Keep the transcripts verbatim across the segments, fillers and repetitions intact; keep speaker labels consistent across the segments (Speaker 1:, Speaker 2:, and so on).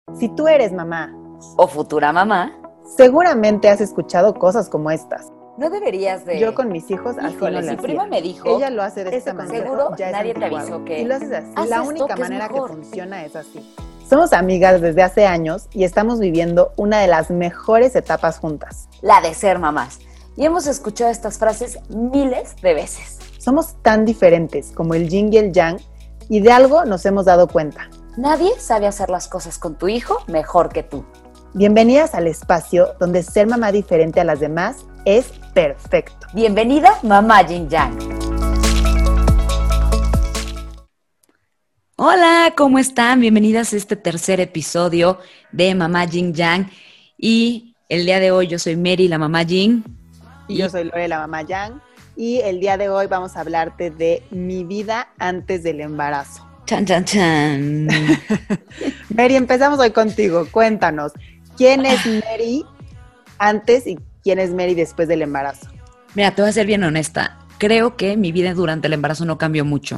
Speaker 1: Si tú eres mamá
Speaker 2: o futura mamá,
Speaker 1: seguramente has escuchado cosas como estas.
Speaker 2: no deberías de...
Speaker 1: Yo con mis hijos así
Speaker 2: Híjole,
Speaker 1: no le
Speaker 2: si
Speaker 1: hacía.
Speaker 2: prima me dijo...
Speaker 1: Ella lo hace de
Speaker 2: ese
Speaker 1: esta manera.
Speaker 2: seguro
Speaker 1: Ya es
Speaker 2: nadie te
Speaker 1: anticuado.
Speaker 2: avisó que...
Speaker 1: Y lo haces así.
Speaker 2: haz
Speaker 1: La
Speaker 2: esto,
Speaker 1: única
Speaker 2: que es
Speaker 1: manera que
Speaker 2: mejor.
Speaker 1: funciona es así. Somos amigas desde hace años y estamos viviendo una de las mejores etapas juntas.
Speaker 2: La de ser mamás. Y hemos escuchado estas frases miles de veces.
Speaker 1: Somos tan diferentes como el yin y el yang y de algo nos hemos dado cuenta.
Speaker 2: Nadie sabe hacer las cosas con tu hijo mejor que tú.
Speaker 1: Bienvenidas al espacio donde ser mamá diferente a las demás es perfecto.
Speaker 2: Bienvenida, Mamá Yin Yang. Hola, ¿cómo están? Bienvenidas a este tercer episodio de Mamá Yin Yang. Y el día de hoy yo soy Mary, la Mamá Yin.
Speaker 1: Y yo soy Lore, la Mamá Yang. Y el día de hoy vamos a hablarte de mi vida antes del embarazo.
Speaker 2: Chan, chan, chan.
Speaker 1: Mary, empezamos hoy contigo. Cuéntanos, ¿quién es Mary antes y quién es Mary después del embarazo?
Speaker 2: Mira, te voy a ser bien honesta. Creo que mi vida durante el embarazo no cambió mucho.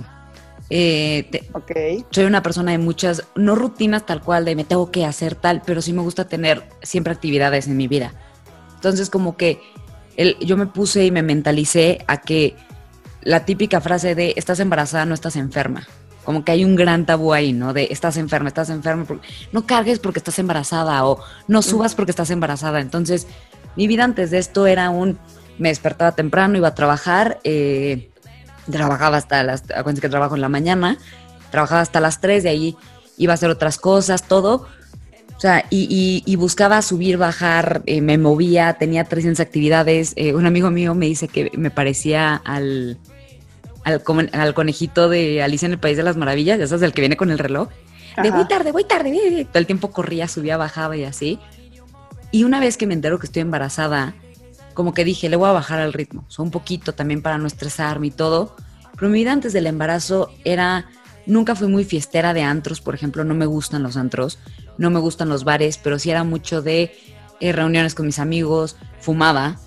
Speaker 2: Eh, te,
Speaker 1: okay.
Speaker 2: Soy una persona de muchas, no rutinas tal cual, de me tengo que hacer tal, pero sí me gusta tener siempre actividades en mi vida. Entonces, como que el, yo me puse y me mentalicé a que la típica frase de estás embarazada, no estás enferma. Como que hay un gran tabú ahí, ¿no? De estás enferma, estás enferma, porque no cargues porque estás embarazada o no subas porque estás embarazada. Entonces, mi vida antes de esto era un, me despertaba temprano, iba a trabajar, eh, trabajaba hasta las, acuérdense que trabajo en la mañana, trabajaba hasta las tres, de ahí iba a hacer otras cosas, todo. O sea, y, y, y buscaba subir, bajar, eh, me movía, tenía trescientas actividades. Eh, un amigo mío me dice que me parecía al... Al, al conejito de Alicia en el País de las Maravillas, ya sabes, el que viene con el reloj. De voy tarde, voy tarde, voy. Todo el tiempo corría, subía, bajaba y así. Y una vez que me entero que estoy embarazada, como que dije, le voy a bajar al ritmo. O sea, un poquito también para no estresarme y todo. Pero mi vida antes del embarazo era... Nunca fui muy fiestera de antros, por ejemplo. No me gustan los antros, no me gustan los bares, pero sí era mucho de eh, reuniones con mis amigos, fumaba.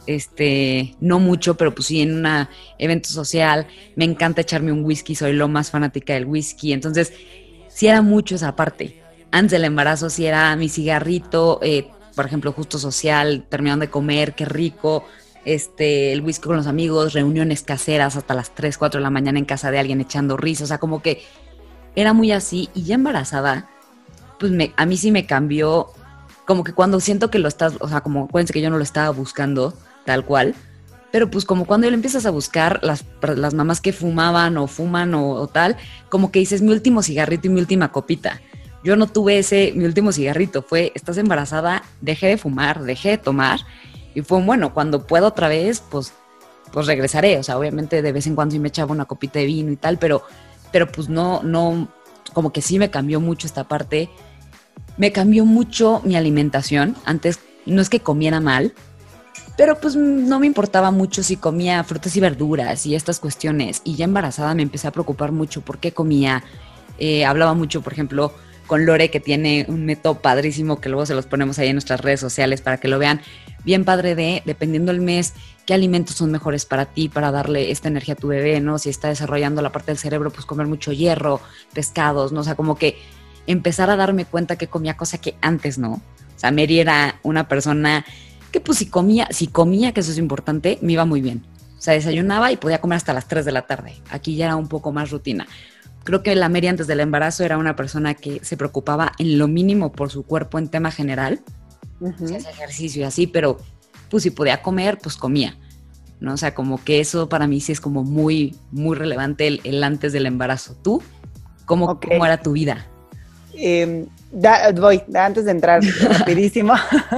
Speaker 2: Este, no mucho, pero pues sí en un evento social, me encanta echarme un whisky, soy lo más fanática del whisky, entonces sí era mucho esa parte. Antes del embarazo sí era mi cigarrito, eh, por ejemplo, justo social, terminando de comer, qué rico, este, el whisky con los amigos, reuniones caseras hasta las tres, cuatro de la mañana en casa de alguien echando risas, o sea, como que era muy así. Y ya embarazada, pues me, a mí sí me cambió, como que cuando siento que lo estás, o sea, como acuérdense que yo no lo estaba buscando tal cual, pero pues como cuando lo empiezas a buscar, las, las mamás que fumaban o fuman o, o tal, como que dices mi último cigarrito y mi última copita. Yo no tuve ese, mi último cigarrito, fue, estás embarazada, dejé de fumar, dejé de tomar, y fue bueno, cuando pueda otra vez, pues, pues regresaré, o sea, obviamente de vez en cuando sí me echaba una copita de vino y tal, pero, pero pues no, no, como que sí me cambió mucho esta parte, me cambió mucho mi alimentación. Antes no es que comiera mal, pero pues no me importaba mucho si comía frutas y verduras y estas cuestiones. Y ya embarazada me empecé a preocupar mucho por qué comía. Eh, hablaba mucho, por ejemplo, con Lore, que tiene un método padrísimo, que luego se los ponemos ahí en nuestras redes sociales para que lo vean. Bien padre de, dependiendo del mes, qué alimentos son mejores para ti, para darle esta energía a tu bebé, ¿no? Si está desarrollando la parte del cerebro, pues comer mucho hierro, pescados, ¿no? O sea, como que empezar a darme cuenta que comía cosa que antes no. O sea, Mary era una persona que pues si comía, si comía, que eso es importante, me iba muy bien. O sea, desayunaba y podía comer hasta las tres de la tarde. Aquí ya era un poco más rutina. Creo que la Mary antes del embarazo era una persona que se preocupaba en lo mínimo por su cuerpo en tema general. Uh-huh. Se hacía ejercicio y así, pero pues si podía comer, pues comía, ¿no? O sea, como que eso para mí sí es como muy, muy relevante el, el antes del embarazo. ¿Tú? ¿Cómo, okay. ¿Cómo era tu vida?
Speaker 1: Eh, da, voy, antes de entrar rapidísimo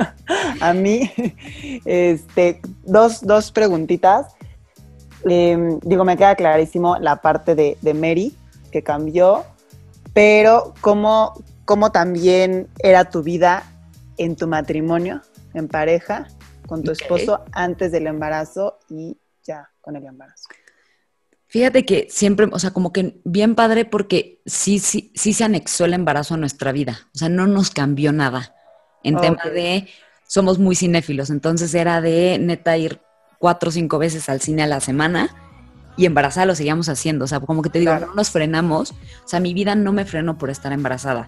Speaker 1: a mí, este, dos, dos preguntitas. Eh, digo, me queda clarísimo la parte de, de Mary, que cambió, pero ¿cómo, cómo también era tu vida en tu matrimonio, en pareja, con tu okay. esposo antes del embarazo y ya con el embarazo?
Speaker 2: Fíjate que siempre, o sea, como que bien padre porque sí, sí, sí se anexó el embarazo a nuestra vida. O sea, no nos cambió nada. En okay. tema de, somos muy cinéfilos, entonces era de neta ir cuatro o cinco veces al cine a la semana y embarazada lo seguíamos haciendo. O sea, como que te digo, claro. no nos frenamos. O sea, mi vida no me frenó por estar embarazada.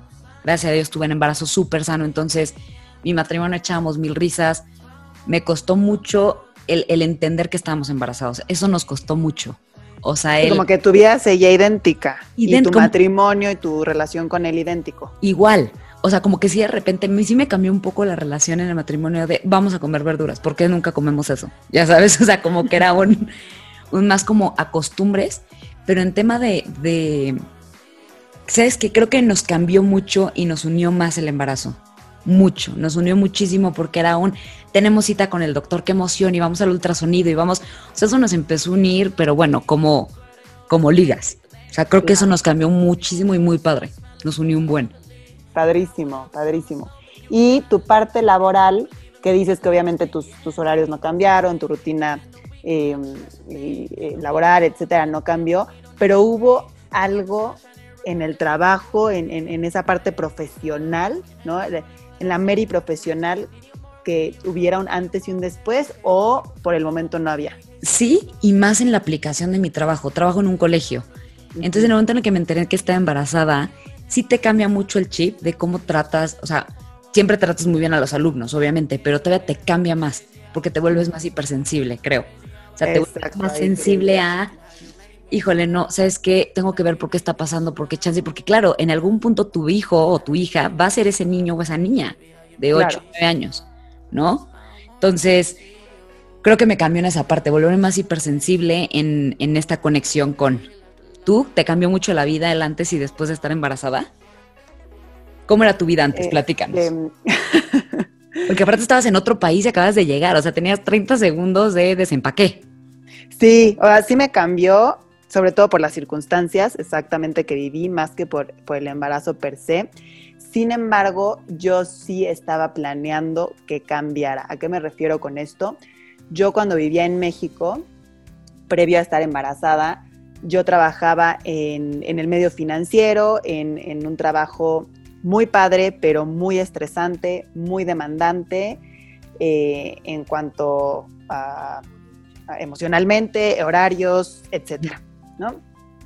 Speaker 2: gracias a Dios tuve un embarazo súper sano, entonces mi matrimonio echábamos mil risas, me costó mucho el, el entender que estábamos embarazados, eso nos costó mucho. O sea,
Speaker 1: sí,
Speaker 2: él...
Speaker 1: como que tu vida seguía idéntica,
Speaker 2: ident-
Speaker 1: y tu
Speaker 2: como,
Speaker 1: matrimonio y tu relación con él idéntico.
Speaker 2: igual, o sea, como que sí de repente, me, sí me cambió un poco la relación en el matrimonio de vamos a comer verduras, ¿por qué nunca comemos eso? Ya sabes, o sea, como que era un, un más como a costumbres, pero en tema de, de ¿sabes qué? Creo que nos cambió mucho y nos unió más el embarazo. Mucho, nos unió muchísimo porque era un, tenemos cita con el doctor, qué emoción, y vamos al ultrasonido y vamos, o sea, eso nos empezó a unir, pero bueno, como, como ligas. O sea, creo que eso nos cambió muchísimo y muy padre, nos unió un buen.
Speaker 1: Padrísimo, padrísimo. Y tu parte laboral, que dices que obviamente tus, tus horarios no cambiaron, tu rutina eh, eh, laboral, etcétera, no cambió, pero hubo algo en el trabajo, en, en, en esa parte profesional, ¿no? En la Mary profesional, que hubiera un antes y un después, o por el momento no había.
Speaker 2: Sí, y más en la aplicación de mi trabajo. Trabajo en un colegio. Entonces, en el momento en el que me enteré que estaba embarazada, sí te cambia mucho el chip de cómo tratas, o sea, siempre tratas muy bien a los alumnos, obviamente, pero todavía te cambia más, porque te vuelves más hipersensible, creo. O sea, te
Speaker 1: Exacto,
Speaker 2: vuelves más sensible a, híjole, no, ¿sabes qué? Tengo que ver por qué está pasando, por qué chance, porque claro, en algún punto tu hijo o tu hija va a ser ese niño o esa niña de ocho,
Speaker 1: claro.
Speaker 2: nueve años, ¿no? Entonces, creo que me cambió en esa parte, volverme más hipersensible en, en esta conexión con... ¿Tú? ¿Te cambió mucho la vida el antes y después de estar embarazada? ¿Cómo era tu vida antes? Eh, Platícanos. Eh, Porque aparte estabas en otro país y acabas de llegar, o sea, tenías treinta segundos de desempaqué.
Speaker 1: Sí, o sea, sí me cambió, sobre todo por las circunstancias exactamente que viví, más que por, por el embarazo per se. Sin embargo, yo sí estaba planeando que cambiara. ¿A qué me refiero con esto? Yo cuando vivía en México, previo a estar embarazada, yo trabajaba en, en el medio financiero, en, en un trabajo muy padre, pero muy estresante, muy demandante eh, en cuanto a, a emocionalmente, horarios, etcétera, ¿no?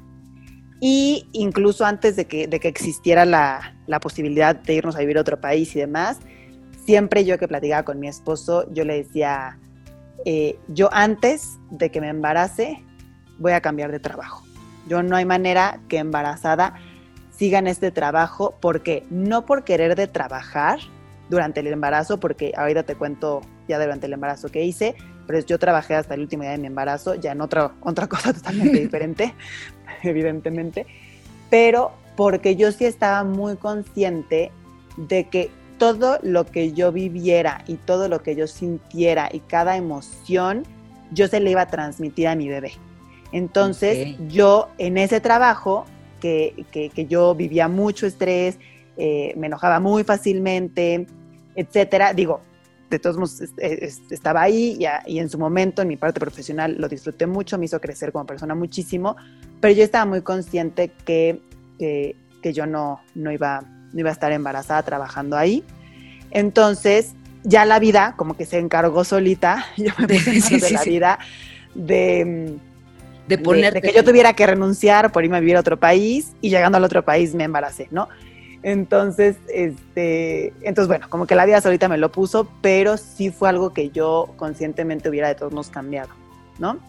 Speaker 1: Y incluso antes de que, de que existiera la, la posibilidad de irnos a vivir a otro país y demás, siempre yo que platicaba con mi esposo, yo le decía, eh, yo antes de que me embarace, voy a cambiar de trabajo. Yo no hay manera que embarazada siga en este trabajo, porque no por querer de trabajar durante el embarazo, porque ahorita te cuento ya durante el embarazo que hice, pero yo trabajé hasta el último día de mi embarazo, ya en otra, otra cosa totalmente diferente, evidentemente, pero porque yo sí estaba muy consciente de que todo lo que yo viviera y todo lo que yo sintiera y cada emoción, yo se le iba a transmitir a mi bebé. Entonces, okay. yo en ese trabajo, que, que, que yo vivía mucho estrés, eh, me enojaba muy fácilmente, etcétera, digo, de todos modos estaba ahí y, a, y en su momento, en mi parte profesional, lo disfruté mucho, me hizo crecer como persona muchísimo, pero yo estaba muy consciente que, que, que yo no, no, iba, no iba a estar embarazada trabajando ahí. Entonces, ya la vida como que se encargó solita, yo me puse en manos sí, sí, de la sí. vida, de...
Speaker 2: De, ponerte...
Speaker 1: de, de que yo tuviera que renunciar por irme a vivir a otro país, y llegando al otro país me embaracé, ¿no? Entonces, este, entonces bueno, como que la vida solita me lo puso, pero sí fue algo que yo conscientemente hubiera de todos modos cambiado, ¿no?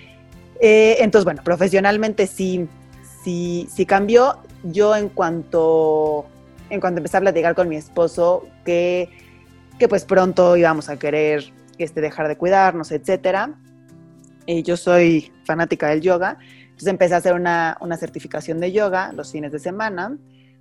Speaker 1: Eh, entonces, bueno, profesionalmente sí, sí, sí cambió. Yo en cuanto, en cuanto empecé a platicar con mi esposo, que, que pues pronto íbamos a querer este, dejar de cuidarnos, etcétera. Eh, yo soy fanática del yoga, entonces empecé a hacer una, una certificación de yoga los fines de semana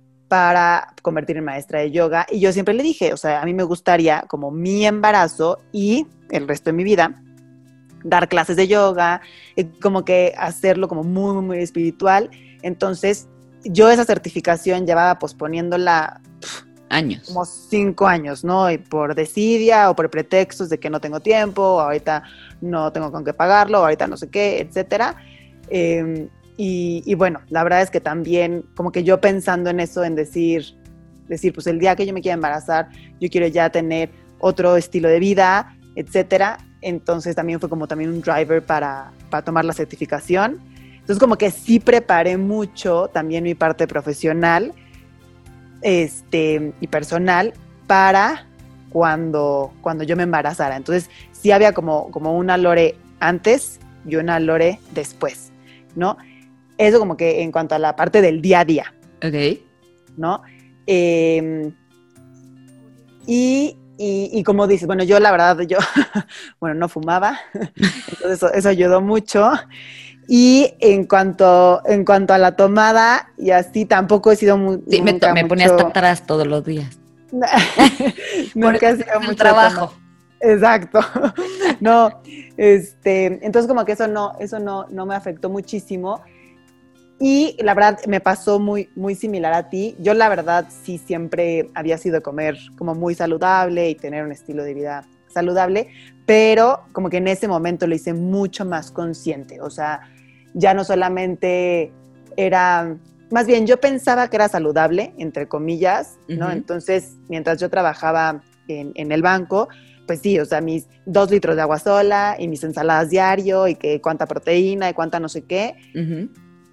Speaker 1: para convertirme en maestra de yoga, y yo siempre le dije, o sea, a mí me gustaría, como mi embarazo y el resto de mi vida, dar clases de yoga, y como que hacerlo como muy, muy espiritual. Entonces, yo esa certificación llevaba posponiéndola pff,
Speaker 2: años.
Speaker 1: Como cinco años, ¿no? Y por desidia o por pretextos de que no tengo tiempo, o ahorita no tengo con qué pagarlo, o ahorita no sé qué, etcétera. Eh, y, y bueno, la verdad es que también como que yo pensando en eso, en decir, decir, pues el día que yo me quiera embarazar, yo quiero ya tener otro estilo de vida, etcétera. Entonces también fue como también un driver para, para tomar la certificación. Entonces como que sí preparé mucho también mi parte profesional, este, y personal para cuando, cuando yo me embarazara. Entonces, sí había como, como una Lore antes y una Lore después, ¿no? Eso como que en cuanto a la parte del día a día.
Speaker 2: Ok.
Speaker 1: ¿No? Eh, y, y, y como dices, bueno, yo la verdad, yo, bueno, no fumaba, entonces eso, eso ayudó mucho. Y en cuanto, en cuanto a la tomada, y así tampoco he sido muy,
Speaker 2: Sí, me,
Speaker 1: nunca
Speaker 2: me ponía
Speaker 1: mucho...
Speaker 2: hasta atrás todos los días.
Speaker 1: nunca he sido
Speaker 2: el
Speaker 1: mucho
Speaker 2: trabajo.
Speaker 1: Exacto. No, este, entonces como que eso no, eso no, no me afectó muchísimo. Y la verdad me pasó muy, muy similar a ti. Yo la verdad sí siempre había sido comer como muy saludable y tener un estilo de vida saludable, pero como que en ese momento lo hice mucho más consciente. O sea, ya no solamente era, más bien yo pensaba que era saludable, entre comillas, ¿no? Uh-huh. Entonces, mientras yo trabajaba en, en el banco, pues sí, o sea, mis dos litros de agua sola y mis ensaladas diario y que cuánta proteína y cuánta no sé qué. Uh-huh.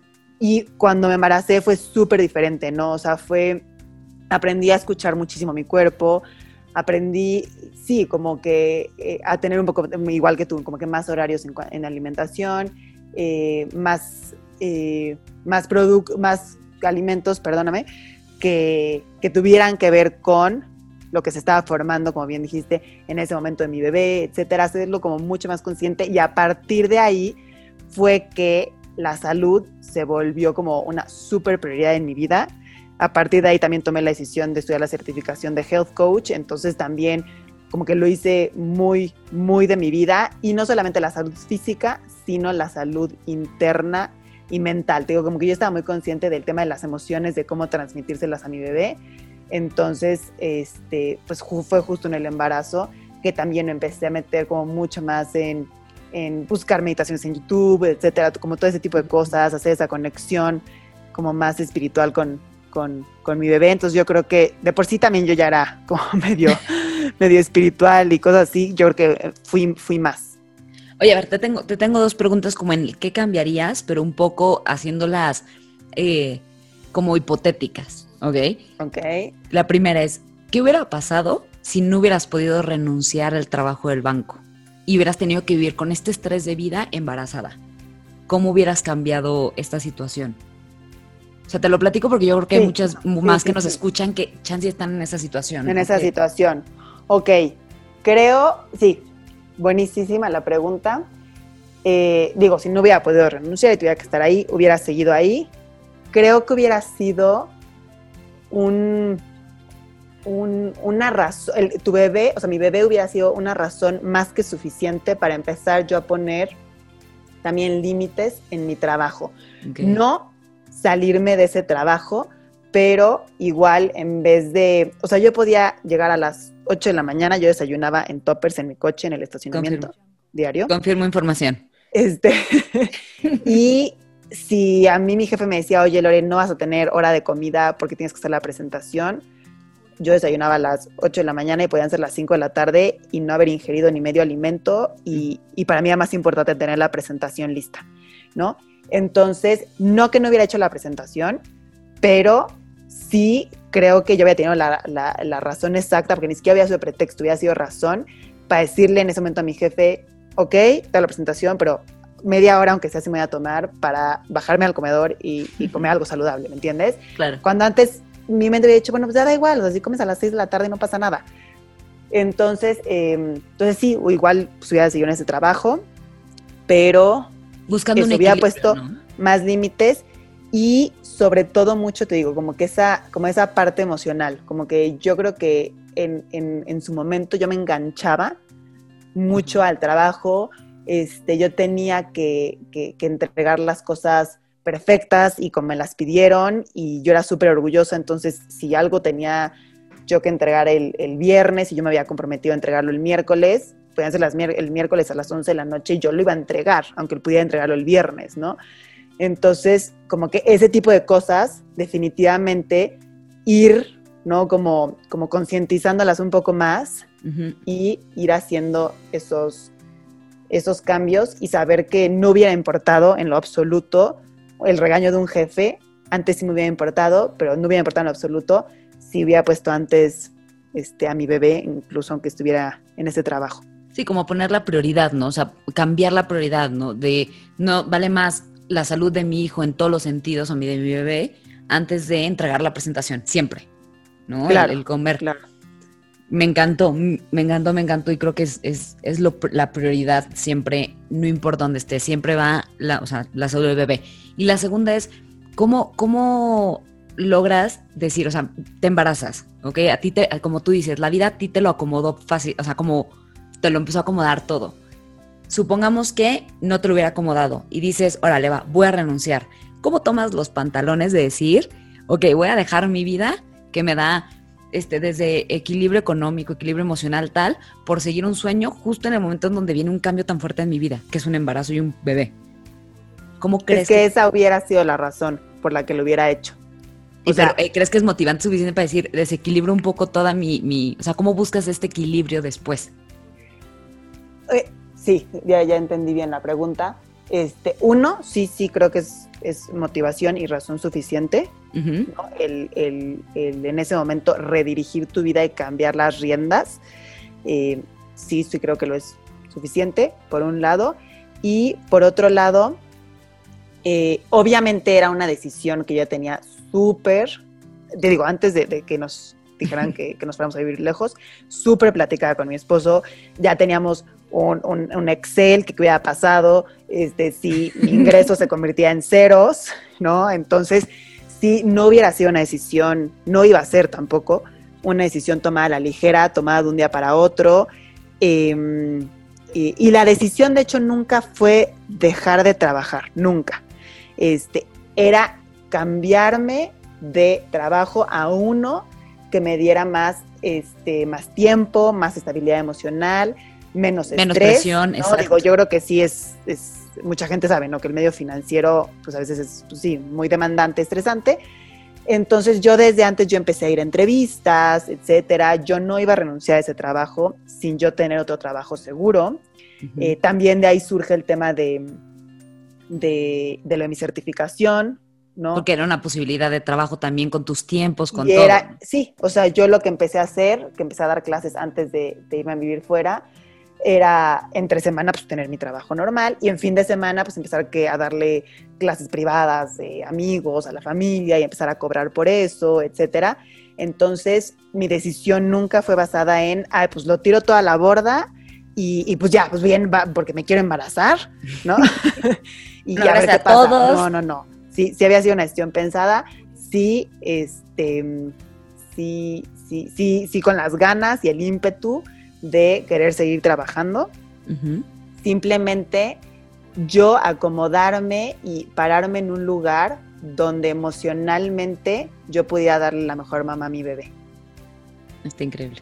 Speaker 1: Y cuando me embaracé fue súper diferente, ¿no? O sea, fue, aprendí a escuchar muchísimo mi cuerpo, aprendí, sí, como que eh, a tener un poco, igual que tú, como que más horarios en, en alimentación, eh, más, eh, más productos, más alimentos, perdóname, que, que tuvieran que ver con lo que se estaba formando, como bien dijiste, en ese momento de mi bebé, etcétera, hacerlo como mucho más consciente, y a partir de ahí fue que la salud se volvió como una súper prioridad en mi vida. A partir de ahí también tomé la decisión de estudiar la certificación de Health Coach, entonces también como que lo hice muy, muy de mi vida, y no solamente la salud física, sino la salud interna y mental. Te digo, como que yo estaba muy consciente del tema de las emociones, de cómo transmitírselas a mi bebé. Entonces, este, pues fue justo en el embarazo que también me empecé a meter como mucho más en, en buscar meditaciones en YouTube, etcétera, como todo ese tipo de cosas, hacer esa conexión como más espiritual con, con, con mi bebé. Entonces yo creo que de por sí también yo ya era como medio, medio espiritual y cosas así. Yo creo que fui, fui más.
Speaker 2: Oye, a ver, te tengo, te tengo dos preguntas como en qué cambiarías, pero un poco haciéndolas eh, como hipotéticas, ¿ok?
Speaker 1: Ok.
Speaker 2: La primera es, ¿qué hubiera pasado si no hubieras podido renunciar al trabajo del banco y hubieras tenido que vivir con este estrés de vida embarazada? ¿Cómo hubieras cambiado esta situación? O sea, te lo platico porque yo creo que sí, hay muchas más sí, que sí, nos sí. escuchan que chance están en esa situación.
Speaker 1: En
Speaker 2: ¿no?
Speaker 1: esa
Speaker 2: ¿Qué?
Speaker 1: situación. Ok, creo, sí, buenísima la pregunta. Eh, digo, si no hubiera podido renunciar y tuviera que estar ahí, hubiera seguido ahí. Creo que hubiera sido un, un, una razón, el, tu bebé, o sea, mi bebé hubiera sido una razón más que suficiente para empezar yo a poner también límites en mi trabajo. Okay. No salirme de ese trabajo, pero igual en vez de, o sea, yo podía llegar a las ocho de la mañana, yo desayunaba en toppers en mi coche en el estacionamiento
Speaker 2: Confirmo.
Speaker 1: diario.
Speaker 2: Confirmo información.
Speaker 1: Este, y si a mí mi jefe me decía, oye, Lore, no vas a tener hora de comida porque tienes que hacer la presentación, yo desayunaba a las ocho de la mañana y podían ser las cinco de la tarde y no haber ingerido ni medio alimento, y, y para mí era más importante tener la presentación lista, ¿no? Entonces, no que no hubiera hecho la presentación, pero sí creo que yo había tenido la, la, la razón exacta, porque ni siquiera había sido pretexto, había sido razón para decirle en ese momento a mi jefe, ok, te la presentación, pero media hora, aunque sea, sí me voy a tomar para bajarme al comedor y, y comer algo saludable, ¿me entiendes?
Speaker 2: Claro.
Speaker 1: Cuando antes mi mente había dicho, bueno, pues ya da igual, o sea, si comes a las seis de la tarde y no pasa nada. Entonces, eh, entonces sí, igual pues, hubiera seguido en ese trabajo, pero
Speaker 2: buscando
Speaker 1: eso,
Speaker 2: un
Speaker 1: hubiera puesto
Speaker 2: ¿no?
Speaker 1: más límites y sobre todo mucho, te digo, como que esa, como esa parte emocional, como que yo creo que en, en, en su momento yo me enganchaba mucho uh-huh. al trabajo, este, yo tenía que, que, que entregar las cosas perfectas y como me las pidieron, y yo era súper orgullosa. Entonces si algo tenía yo que entregar el, el viernes y yo me había comprometido a entregarlo el miércoles, podían ser las, el miércoles a las once de la noche y yo lo iba a entregar, aunque pudiera entregarlo el viernes, ¿no? Entonces como que ese tipo de cosas definitivamente ir, ¿no? Como, como concientizándolas un poco más uh-huh. y ir haciendo esos, esos cambios y saber que no hubiera importado en lo absoluto el regaño de un jefe. Antes sí me hubiera importado, pero no hubiera importado en lo absoluto si hubiera puesto antes este, a mi bebé, incluso aunque estuviera en ese trabajo.
Speaker 2: Sí, como poner la prioridad, ¿no? O sea, cambiar la prioridad, ¿no? De, no, vale más la salud de mi hijo en todos los sentidos, o mi de mi bebé, antes de entregar la presentación, siempre, ¿no?
Speaker 1: Claro,
Speaker 2: el, el comer.
Speaker 1: Claro.
Speaker 2: Me encantó, me encantó, me encantó y creo que es, es, es lo, la prioridad siempre, no importa dónde esté, siempre va la, o sea, la salud del bebé. Y la segunda es, ¿cómo, cómo logras decir, o sea, te embarazas, ¿ok? A ti, te, como tú dices, la vida a ti te lo acomodó fácil, o sea, como te lo empezó a acomodar todo. Supongamos que no te lo hubiera acomodado y dices, órale, va, voy a renunciar. ¿Cómo tomas los pantalones de decir, ok, voy a dejar mi vida que me da este, desde equilibrio económico, equilibrio emocional, tal, por seguir un sueño justo en el momento en donde viene un cambio tan fuerte en mi vida, que es un embarazo y un bebé? ¿Cómo crees?
Speaker 1: Es que, que esa hubiera sido la razón por la que lo hubiera hecho.
Speaker 2: O y sea, pero, ¿crees que es motivante suficiente para decir, desequilibro un poco toda mi, mi... O sea, ¿cómo buscas este equilibrio después?
Speaker 1: Eh, sí, ya, ya entendí bien la pregunta. Este, uno, sí, sí, creo que es, es motivación y razón suficiente. Uh-huh. ¿No? El, el, el, en ese momento, redirigir tu vida y cambiar las riendas. Eh, sí, sí, creo que lo es suficiente, por un lado. Y por otro lado, eh, obviamente era una decisión que yo tenía súper, te digo, antes de, de que nos dijeran que, que nos fuéramos a vivir lejos, súper platicada con mi esposo. Ya teníamos un, un, un Excel que hubiera pasado, este, si mi ingreso se convertía en ceros, ¿no? Entonces, si no hubiera sido una decisión, no iba a ser tampoco una decisión tomada a la ligera, tomada de un día para otro. Eh, y, y la decisión, de hecho, nunca fue dejar de trabajar, nunca. Este, era cambiarme de trabajo a uno que me diera más, este, más tiempo, más estabilidad emocional, menos estrés. Menos
Speaker 2: presión,
Speaker 1: ¿no?
Speaker 2: exacto.
Speaker 1: Digo, yo creo que sí es, es, mucha gente sabe, ¿no? Que el medio financiero, pues a veces es, pues, sí, muy demandante, estresante. Entonces yo desde antes yo empecé a ir a entrevistas, etcétera. Yo no iba a renunciar a ese trabajo sin yo tener otro trabajo seguro. Uh-huh. Eh, también de ahí surge el tema de, de, de lo de mi certificación, ¿no?
Speaker 2: Porque era una posibilidad de trabajo también con tus tiempos, con
Speaker 1: y
Speaker 2: todo.
Speaker 1: Era, sí, o sea, yo lo que empecé a hacer, que empecé a dar clases antes de, de irme a vivir fuera, era entre semana pues tener mi trabajo normal y en fin de semana pues empezar que, a darle clases privadas de amigos, a la familia y empezar a cobrar por eso, etcétera. Entonces mi decisión nunca fue basada en, ay, pues lo tiro toda la borda y, y pues ya, pues bien, va, porque me quiero embarazar, ¿no? y
Speaker 2: no,
Speaker 1: ya a ver qué pasa.
Speaker 2: Todos.
Speaker 1: No, no, no. Sí, sí había sido una decisión pensada, sí, este, sí, sí, sí, sí con las ganas y el ímpetu de querer seguir trabajando. Uh-huh. Simplemente yo acomodarme y pararme en un lugar donde emocionalmente yo pudiera darle la mejor mamá a mi bebé.
Speaker 2: Está increíble.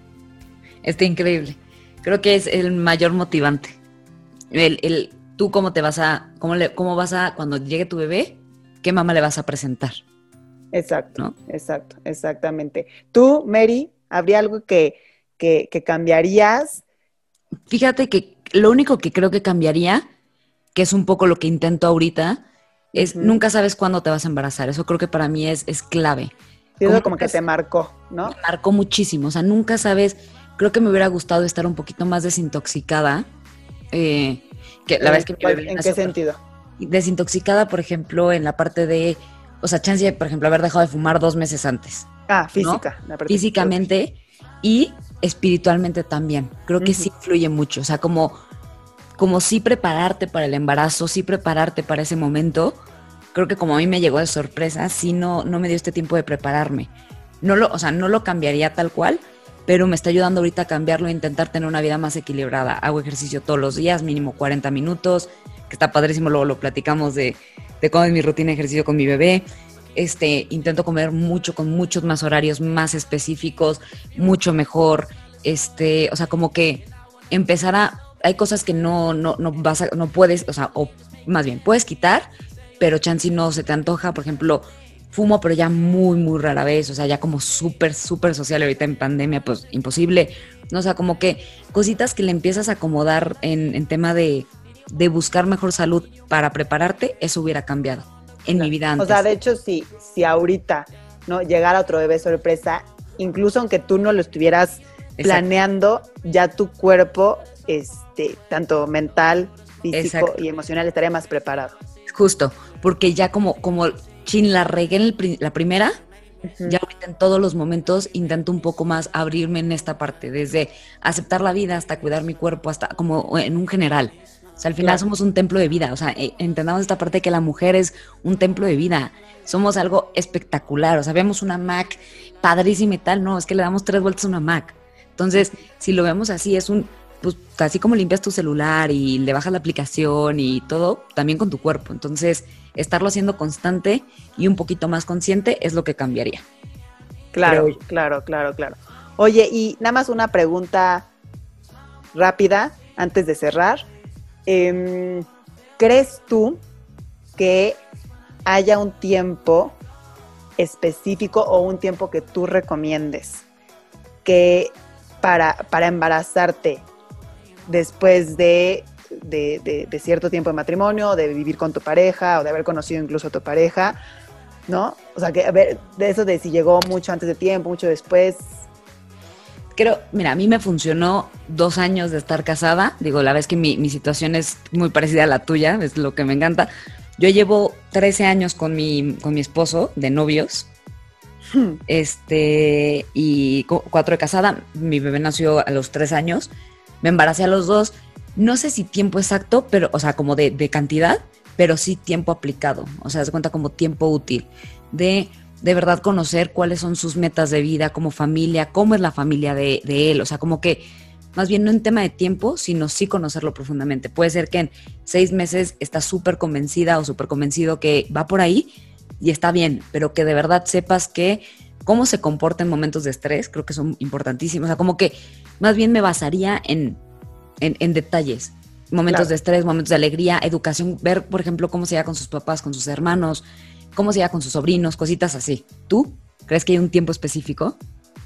Speaker 2: Está increíble. Creo que es el mayor motivante. El, el, tú cómo te vas a, cómo, le, cómo vas a, cuando llegue tu bebé, ¿qué mamá le vas a presentar?
Speaker 1: Exacto,
Speaker 2: ¿no?
Speaker 1: exacto, exactamente. Tú, Mary, ¿habría algo que, que, que cambiarías?
Speaker 2: Fíjate que lo único que creo que cambiaría, que es un poco lo que intento ahorita, es uh-huh. nunca sabes cuándo te vas a embarazar. Eso creo que para mí es, es clave.
Speaker 1: Sí, eso como que te marcó, ¿no?
Speaker 2: Me marcó muchísimo. O sea, nunca sabes. Creo que me hubiera gustado estar un poquito más desintoxicada. Eh, que la verdad es que
Speaker 1: ¿En, ¿en qué sentido?
Speaker 2: Desintoxicada, por ejemplo, en la parte de, o sea, chance, por ejemplo, haber dejado de fumar dos meses antes.
Speaker 1: Ah, física.
Speaker 2: ¿no? La Físicamente y espiritualmente también. Creo que uh-huh. sí influye mucho. O sea, como, como sí prepararte para el embarazo, sí prepararte para ese momento. Creo que como a mí me llegó de sorpresa, sí no, no me dio este tiempo de prepararme. No lo, o sea, no lo cambiaría tal cual, pero me está ayudando ahorita a cambiarlo e intentar tener una vida más equilibrada. Hago ejercicio todos los días, mínimo cuarenta minutos, que está padrísimo, luego lo platicamos de, de cómo es mi rutina de ejercicio con mi bebé. Este, intento comer mucho, con muchos más horarios más específicos, mucho mejor. Este, o sea, como que empezar a... Hay cosas que no, no, no vas a, no puedes, o sea, o más bien, puedes quitar, pero chance no se te antoja. Por ejemplo, fumo, pero ya muy, muy rara vez, o sea, ya como súper, súper social ahorita en pandemia, pues imposible, ¿no? O sea, como que cositas que le empiezas a acomodar en, en tema de, de buscar mejor salud para prepararte, eso hubiera cambiado en claro. mi vida antes.
Speaker 1: O sea, de hecho, si, si ahorita ¿no? Llegar a otro bebé sorpresa, incluso aunque tú no lo estuvieras Exacto. planeando, ya tu cuerpo, este, tanto mental, físico Exacto. y emocional, estaría más preparado.
Speaker 2: Justo, porque ya como, como chin, la regué en el, la primera, uh-huh. ya ahorita en todos los momentos intento un poco más abrirme en esta parte, desde aceptar la vida hasta cuidar mi cuerpo, hasta como en un general. O sea, al final claro. somos un templo de vida, o sea, entendamos esta parte de que la mujer es un templo de vida, somos algo espectacular, o sea, vemos una Mac padrísima y tal, no, es que le damos tres vueltas a una Mac. Entonces, si lo vemos así, es un, pues así como limpias tu celular y le bajas la aplicación y todo, también con tu cuerpo. Entonces, estarlo haciendo constante y un poquito más consciente es lo que cambiaría.
Speaker 1: Claro, Pero, claro, claro, claro. Oye, y nada más una pregunta rápida antes de cerrar. Eh, ¿Crees tú que haya un tiempo específico o un tiempo que tú recomiendes que para, para embarazarte después de, de, de, de cierto tiempo de matrimonio, de vivir con tu pareja o de haber conocido incluso a tu pareja, ¿no? O sea, que a ver, de eso de si llegó mucho antes de tiempo, mucho después.
Speaker 2: Creo, mira, a mí me funcionó dos años de estar casada. Digo, la vez que mi, mi situación es muy parecida a la tuya, es lo que me encanta. Yo llevo trece años con mi, con mi esposo, de novios, hmm. este, y cuatro de casada. Mi bebé nació a los tres años. Me embaracé a los dos. No sé si tiempo exacto, pero, o sea, como de, de cantidad, pero sí tiempo aplicado. O sea, se cuenta como tiempo útil de... de verdad conocer cuáles son sus metas de vida como familia, cómo es la familia de, de él, o sea, como que más bien no en tema de tiempo, sino sí conocerlo profundamente. Puede ser que en seis meses estás súper convencida o súper convencido que va por ahí y está bien, pero que de verdad sepas que cómo se comporta en momentos de estrés, creo que son importantísimos, o sea, como que más bien me basaría en, en, en detalles, momentos claro. de estrés, momentos de alegría, educación, ver, por ejemplo, cómo se lleva con sus papás, con sus hermanos, cómo se lleva con sus sobrinos, cositas así. ¿Tú crees que hay un tiempo específico?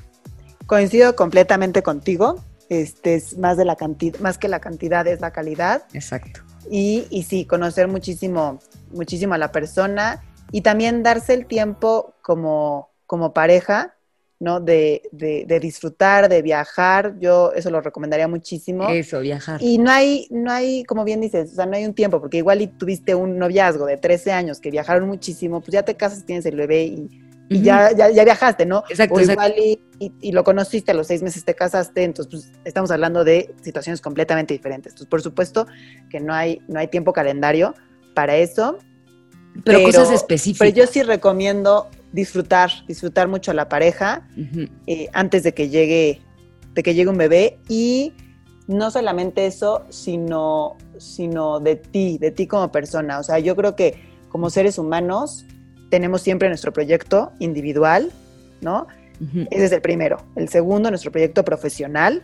Speaker 1: Coincido completamente contigo. Este es más de la cantidad, más que la cantidad es la calidad.
Speaker 2: Exacto.
Speaker 1: Y, y sí, conocer muchísimo, muchísimo a la persona y también darse el tiempo como, como pareja, ¿no? De, de, de disfrutar, de viajar. Yo eso lo recomendaría muchísimo.
Speaker 2: Eso, viajar.
Speaker 1: Y no hay, no hay, como bien dices, o sea, no hay un tiempo, porque igual y tuviste un noviazgo de trece años que viajaron muchísimo, pues ya te casas, tienes el bebé y, y uh-huh. ya, ya, ya viajaste, ¿no?
Speaker 2: Exacto,
Speaker 1: o
Speaker 2: exacto.
Speaker 1: igual y, y, y lo conociste, a los seis meses te casaste, entonces pues estamos hablando de situaciones completamente diferentes. Entonces, por supuesto que no hay, no hay tiempo calendario para eso.
Speaker 2: Pero, pero cosas específicas.
Speaker 1: Pero yo sí recomiendo disfrutar, disfrutar mucho a la pareja uh-huh. eh, antes de que llegue, de que llegue un bebé y no solamente eso, sino, sino de ti, de ti como persona. O sea, yo creo que como seres humanos tenemos siempre nuestro proyecto individual, ¿no? Uh-huh. Ese es el primero. El segundo, nuestro proyecto profesional,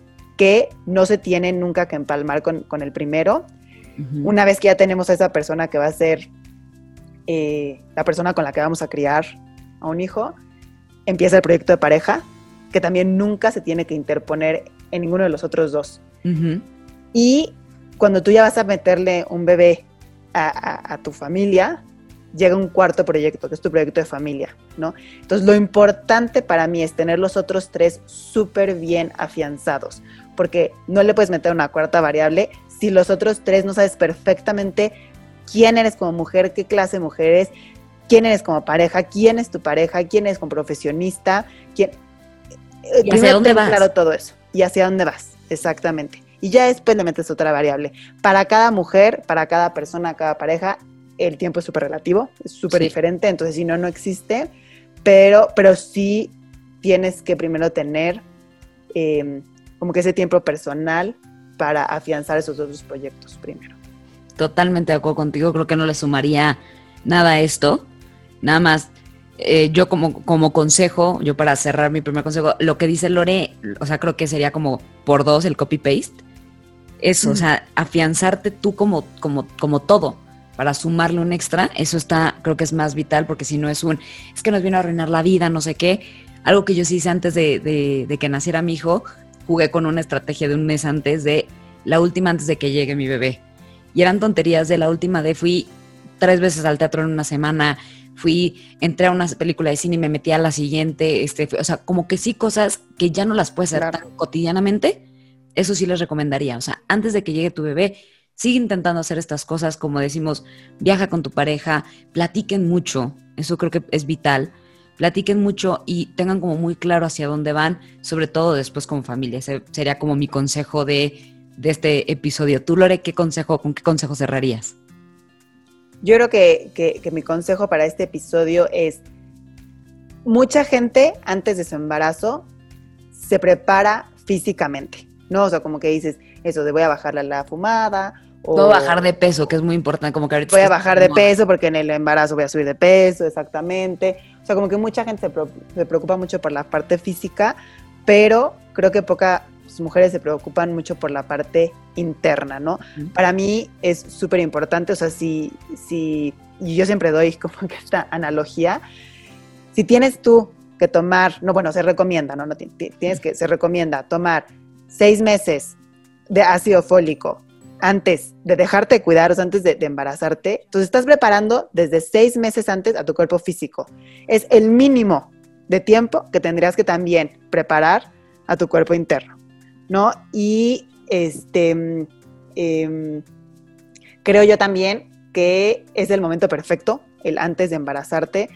Speaker 1: que no se tiene nunca que empalmar con, con el primero. Uh-huh. Una vez que ya tenemos a esa persona que va a ser eh, la persona con la que vamos a criar a un hijo, empieza el proyecto de pareja, que también nunca se tiene que interponer en ninguno de los otros dos. Uh-huh. Y cuando tú ya vas a meterle un bebé a, a, a tu familia, llega un cuarto proyecto, que es tu proyecto de familia, ¿no? Entonces, lo importante para mí es tener los otros tres súper bien afianzados, porque no le puedes meter una cuarta variable si los otros tres no sabes perfectamente quién eres como mujer, qué clase de mujer eres, quién eres como pareja, quién es tu pareja, quién eres como profesionista, quién...
Speaker 2: ¿Y hacia dónde vas?
Speaker 1: Claro, todo eso. Y hacia dónde vas, exactamente. Y ya después le metes otra variable. Para cada mujer, para cada persona, cada pareja, el tiempo es súper relativo, es súper sí. diferente, entonces si no, no existe, pero, pero sí tienes que primero tener eh, como que ese tiempo personal para afianzar esos otros proyectos primero.
Speaker 2: Totalmente de acuerdo contigo, creo que no le sumaría nada a esto, nada más. Eh, yo como, como consejo, yo para cerrar mi primer consejo, lo que dice Lore, o sea, creo que sería como por dos el copy-paste. Eso, mm. o sea, afianzarte tú como, como, como todo, para sumarle un extra, eso está, creo que es más vital, porque si no es un, es que nos viene a arruinar la vida, no sé qué. Algo que yo sí hice antes de, de, de que naciera mi hijo, jugué con una estrategia de un mes antes, de la última antes de que llegue mi bebé. Y eran tonterías de la última de fui tres veces al teatro en una semana, fui, entré a una película de cine y me metí a la siguiente, este, o sea, como que sí cosas que ya no las puedes hacer
Speaker 1: Claro.
Speaker 2: tan cotidianamente, eso sí les recomendaría. O sea, antes de que llegue tu bebé, sigue intentando hacer estas cosas, como decimos, viaja con tu pareja, platiquen mucho, eso creo que es vital, platiquen mucho y tengan como muy claro hacia dónde van, sobre todo después con familia. Ese sería como mi consejo de, de este episodio. Tú, Lore, ¿qué consejo, con qué consejo cerrarías?
Speaker 1: Yo creo que, que, que mi consejo para este episodio es, mucha gente antes de su embarazo se prepara físicamente, ¿no? O sea, como que dices eso de voy a bajarle la fumada. O
Speaker 2: Puedo bajar de peso, que es muy importante, como que ahorita
Speaker 1: voy a
Speaker 2: está
Speaker 1: bajar de
Speaker 2: como...
Speaker 1: peso porque en el embarazo voy a subir de peso, exactamente. O sea, como que mucha gente se, pro, se preocupa mucho por la parte física, pero creo que pocas mujeres se preocupan mucho por la parte interna, ¿no? Uh-huh. Para mí es súper importante, o sea, si, si, y yo siempre doy como que esta analogía, si tienes tú que tomar, no, bueno, se recomienda, ¿no? no tienes que, se recomienda tomar seis meses de ácido fólico antes de dejarte cuidar, o sea, antes de, de embarazarte, entonces estás preparando desde seis meses antes a tu cuerpo físico. Es el mínimo de tiempo que tendrías que también preparar a tu cuerpo interno, ¿no? Y este, eh, creo yo también que es el momento perfecto, el antes de embarazarte,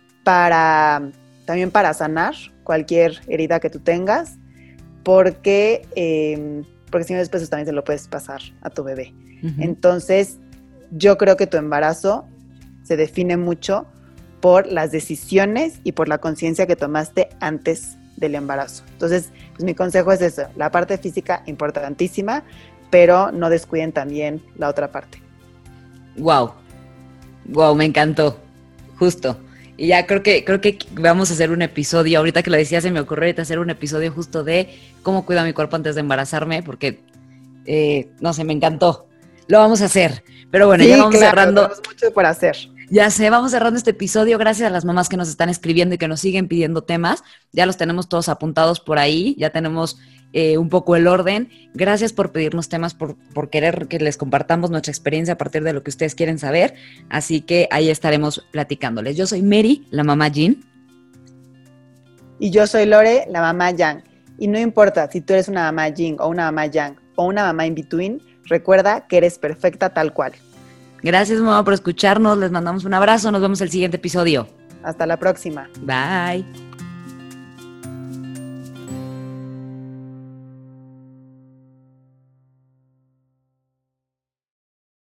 Speaker 1: para también para sanar cualquier herida que tú tengas, porque... Eh, porque si no después también se lo puedes pasar a tu bebé. Uh-huh. Entonces, yo creo que tu embarazo se define mucho por las decisiones y por la conciencia que tomaste antes del embarazo. Entonces, pues mi consejo es eso, la parte física importantísima, pero no descuiden también la otra parte.
Speaker 2: Wow, wow, me encantó, justo. Y ya creo que creo que vamos a hacer un episodio, ahorita que lo decía se me ocurrió ahorita hacer un episodio justo de cómo cuido mi cuerpo antes de embarazarme, porque, eh, no sé, me encantó. Lo vamos a hacer. Pero bueno, sí, ya vamos
Speaker 1: claro,
Speaker 2: cerrando.
Speaker 1: Tenemos mucho por hacer.
Speaker 2: Ya sé, vamos cerrando este episodio. Gracias a las mamás que nos están escribiendo y que nos siguen pidiendo temas. Ya los tenemos todos apuntados por ahí. Ya tenemos eh, un poco el orden. Gracias por pedirnos temas, por, por querer que les compartamos nuestra experiencia a partir de lo que ustedes quieren saber. Así que ahí estaremos platicándoles. Yo soy Mary, la mamá Jean.
Speaker 1: Y yo soy Lore, la mamá Yang. Y no importa si tú eres una mamá Jean o una mamá Yang o una mamá in between, recuerda que eres perfecta tal cual.
Speaker 2: Gracias, mamá, por escucharnos. Les mandamos un abrazo. Nos vemos el siguiente episodio.
Speaker 1: Hasta la próxima.
Speaker 2: Bye.